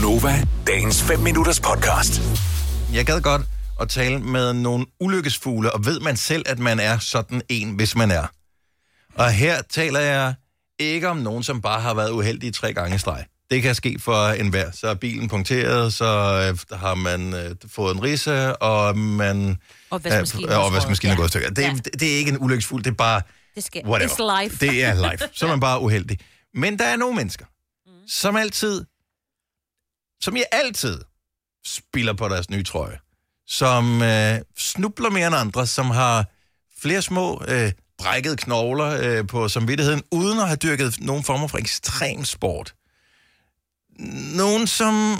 Gonova, dagens 5 minutters podcast. Jeg gad godt at tale med nogle ulykkesfugle, og ved man selv, at man er sådan en, hvis man er. Og her taler jeg ikke om nogen, som bare har været uheldige 3 gange i streg. Det kan ske for enhver. Så er bilen punkteret, så har man fået en risse, og man... Og vaskemaskinen er gået i stykker. Det er ikke en ulykkesfugl, det er bare... Det sker. Whatever. It's life. Det er life. Så er man bare uheldig. Men der er nogle mennesker, som jeg altid spiller på deres nye trøje. Som snubler mere end andre, som har flere små brækkede knogler på samvittigheden, uden at have dyrket nogen former for ekstrem sport. Nogen, som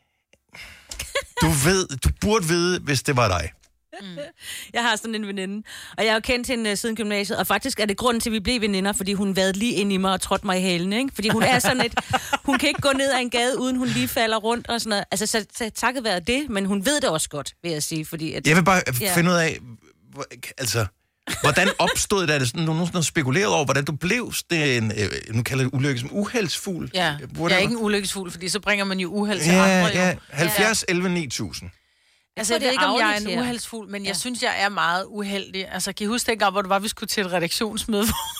du burde vide, hvis det var dig. Jeg har sådan en veninde, og jeg har jo kendt hende siden gymnasiet, og faktisk er det grunden til, at vi blev veninder, fordi hun vadede lige ind i mig og trådte mig i halen, ikke? Fordi hun er sådan hun kan ikke gå ned ad en gade, uden hun lige falder rundt og sådan noget. Altså, så takket være det, men hun ved det også godt, vil jeg sige, fordi... At, jeg vil bare finde ud af, hvordan opstod det? Er det sådan, nogen har spekuleret over, hvordan du blev nu kalder det ulykke som uheldsfugl? Ja, jeg er ikke en ulykkesfugl, fordi så bringer man jo uheld til andre. Ja, 70, 11, 9000. Altså, jeg ved ikke, om jeg er en uheldsfugl, men jeg synes, jeg er meget uheldig. Altså, kan I huske dengang, hvor det var, vi skulle til et redaktionsmøde, hvor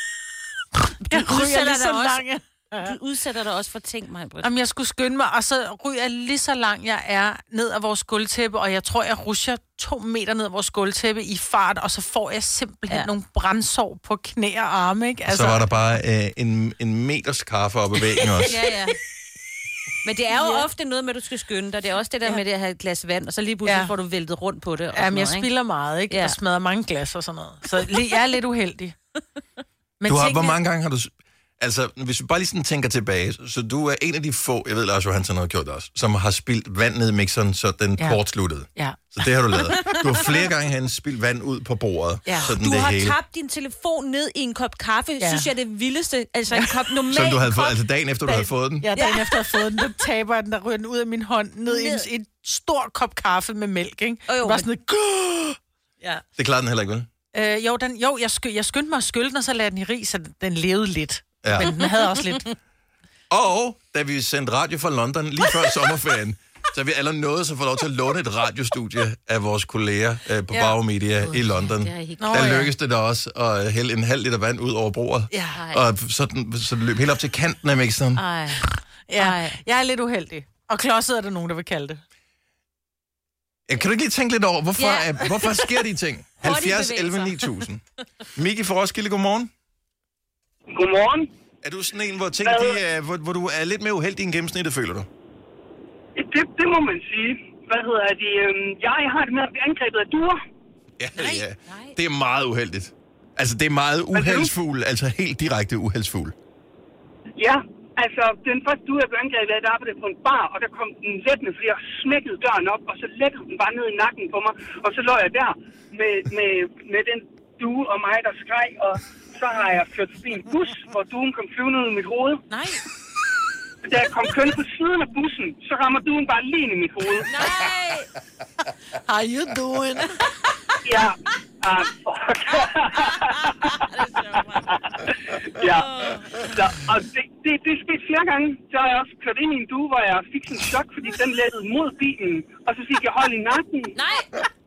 jeg ryger lige så langt. Du udsætter dig også for ting, Maj-Brit. Jamen, jeg skulle skynde mig, og så ryger jeg lige så langt, jeg er ned ad vores gulvtæppe, og jeg tror, jeg rusher 2 meter ned ad vores gulvtæppe i fart, og så får jeg simpelthen nogle brændsår på knæ og arme, ikke? Altså... Så var der bare en meters kaffe oppe i væggen også. Ja. Men det er jo ofte noget med, at du skal skynde dig. Det er også det der med at have et glas vand, og så lige pludselig får du væltet rundt på det. Jamen, jeg spilder meget, ikke? Jeg smadrer mange glas og sådan noget. Så jeg er lidt uheldig. Men hvor mange gange har du... Altså, hvis vi bare lige sådan tænker tilbage, så du er en af de få, jeg ved, Lars Johansson har gjort det også, som har spildt vand ned i mixeren, så den kortsluttede. Ja. Så det har du lavet. Du har flere gange spildt vand ud på bordet. Ja. Du har tabt din telefon ned i en kop kaffe, synes jeg det vildeste. Altså en kop normal som du havde fået, altså dagen efter, du havde fået den? Ja, dagen efter, jeg havde fået den, der taber jeg den, der ryger den ud af min hånd, ned i en stor kop kaffe med mælk, ikke? Det var sådan et... Ja. Det klarede den heller ikke, vel? Jeg skyndte mig at skylle den, og så lagde den i ris, så den levede lidt. Ja. Men den havde også lidt. Og da vi sendte radio fra London lige før sommerferien, så har vi alle nået så få lov til at låne et radiostudie af vores kolleger på Bauer Media i London. Der lykkedes det da også at hælde en halv liter vand ud over bordet. Ja. Og så det løb helt op til kanten af mixeren. Jeg er lidt uheldig. Og klodset er der nogen, der vil kalde det. Kan du ikke lige tænke lidt over, hvorfor sker de ting? 70, 11, 9000. Miki fra Roskilde, godmorgen. Godmorgen. Er du sådan en, hvor du er lidt mere uheldig end gennemsnittet, føler du? Det må man sige. Jeg har det med at blive angrebet af duer. Ja. Det er meget uheldigt. Altså, det er meget uheldsfugl, altså helt direkte uheldsfugl. Ja, altså, den første due, jeg blev angrebet af, der arbejdede på en bar, og der kom den lettende, fordi jeg smækkede døren op, og så lettede den bare ned i nakken på mig, og så lå jeg der med den due og mig, der skreg, og så har jeg kørt forbi en bus, hvor duen kom flyvende ud i mit hoved. Nej. Da jeg kom kørende på siden af bussen, så rammer duen bare lige i mit hoved. Nej! How you doing? Ja. Fuck. Ja. Så, og det er sket flere gange. Så har jeg også kørt ind i en due, hvor jeg fik sådan en chok, fordi den lettede mod bilen, og så fik jeg hold i nakken. Nej!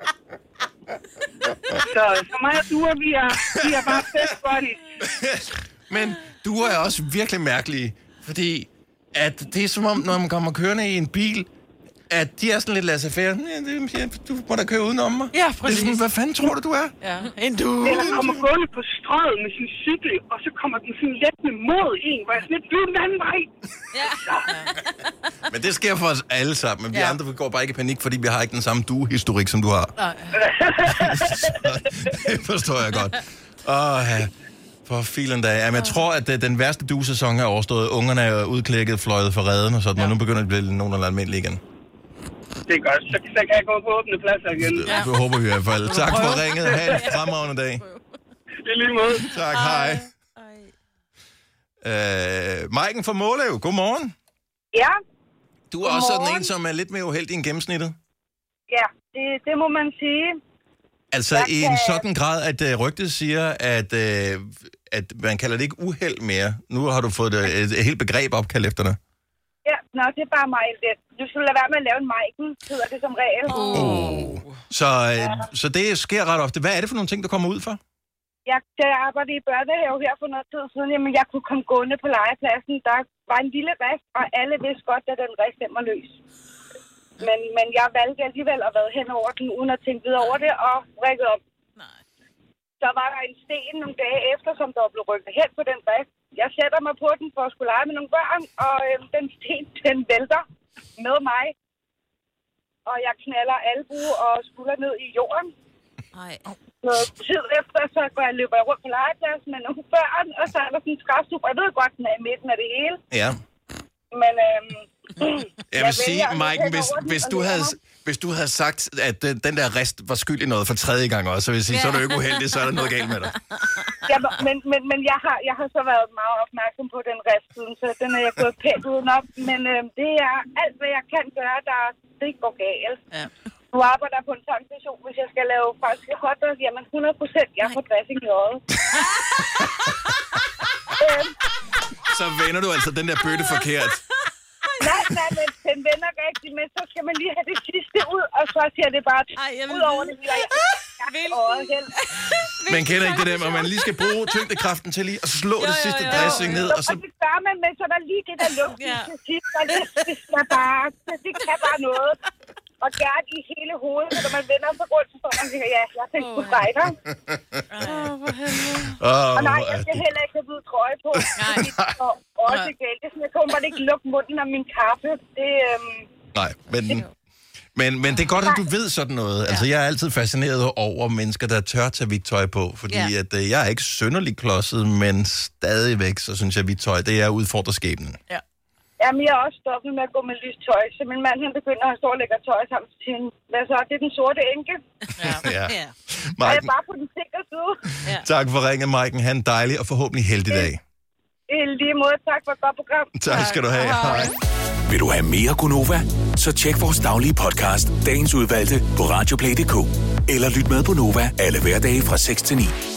Så mig og duer, vi er bare best buddies. Men duer er også virkelig mærkelige, fordi at det er som om, når man kommer kørende i en bil, at de er sådan lidt laissez-faire. Du må da køre udenom mig. Ja, præcis. Det er sådan, hvad fanden tror du er? Ja, en due. Eller kommer gående på strøget med sin cykel, og så kommer den sådan let mod en, hvor jeg sådan lidt flyver den anden vej. Ja. Men det sker for os alle sammen, men vi andre går bare ikke i panik, fordi vi har ikke den samme due-historik, som du har. Det forstår jeg godt. For filen da. Jamen, jeg tror, at den værste due-sæson er overstået. Ungerne er udklækket, fløjet for redden og sådan, og nu begynder det at blive nogenlunde almindeligt igen. Det er godt. Så kan jeg gå på åbne pladser igen. Ja. Det håber vi i hvert fald. Tak for ringet. Ha' en fremragende dag. I lige måde. Tak, hej. Maiken fra Måløv, godmorgen. Ja. Du er også sådan en, som er lidt mere uheldig end gennemsnittet. Ja, det må man sige. Altså i en sådan grad, at rygtet siger, at man kalder det ikke uheld mere. Nu har du fået et helt begreb opkaldt efter dig. Ja, Nå, det er bare mig lidt. Du skulle lade være med at lave en Maiken, hedder det som regel. Så det sker ret ofte. Hvad er det for nogle ting, der kommer ud for? Da jeg arbejdede i børnehave her for noget tid siden, jamen jeg kunne komme gående på legepladsen. Der var en lille rest, og alle vidste godt, at den rest den var løs. Men jeg valgte alligevel at være hen over den, uden at tænke videre over det, og rækket op. Nej. Så var der en sten nogle dage efter, som der blev rykket hen på den rest. Jeg sætter mig på den for at skulle lege med nogle børn, og den sten, den vælter med mig. Og jeg knaller albue og skulder ned i jorden. Nej. Noget tid efter, så går jeg løber rundt på legepladsen med nogle børn, og så er der sådan en træstup, og jeg ved godt, den er i midten af det hele. Ja. Men jeg vil sige, Maiken, hvis du havde sagt, at den der rest var skyld i noget for tredje gang også, så vil jeg sige, så er du ikke uheldig, så er der noget galt med dig. Ja, men jeg har så været meget opmærksom på den rest, så den er jeg gået pænt udenom. Men det er alt, hvad jeg kan gøre, det går galt. Ja. Nu arbejder jeg på en tankstation, hvis jeg skal lave franske hotdogs, jamen 100%, jeg får dressing i øjet. Så vender du altså den der bøtte forkert. Nej, men den vender rigtigt, men så skal man lige have det sidste ud, og så ser det bare ud over det hele. Man kender ikke det der, hvor man lige skal bruge tyngdekraften til lige at slå det sidste dressing ned. Og så det gør man, men så er der lige det der luft til sidst, og det kan bare noget. Og gerne i hele hovedet, så når man vender sig rundt, så står man og siger, ja, jeg tænkte på dig. Og nej, jeg skal heller ikke have hvid trøje på. Og også galt. Det er sådan, jeg kunne bare ikke lukke munden af min kaffe. Nej, men det er godt, at du ved sådan noget. Altså, jeg er altid fascineret over mennesker, der tør tage hvidt tøj på, fordi at, jeg er ikke synderlig klodset, men stadigvæk, så synes jeg, at hvidt tøj, det er udfordrer skæbnen. Ja. Jamen, jeg er også stoppet med at gå med lyst tøj, så min mand, han begynder at stå og lægge tøj sammen til hende. Hvad så? Det er den sorte enke. Ja. Og jeg er bare på den sikre side. Ja. Tak for ringen, Maiken. Ha' en dejlig og forhåbentlig heldig dag. I lige måde. Tak for et godt program. Tak skal du have. Hej. Vil du have mere Gunova? Så tjek vores daglige podcast, dagens udvalgte, på radioplay.dk. Eller lyt med på Nova alle hverdage fra 6 til 9.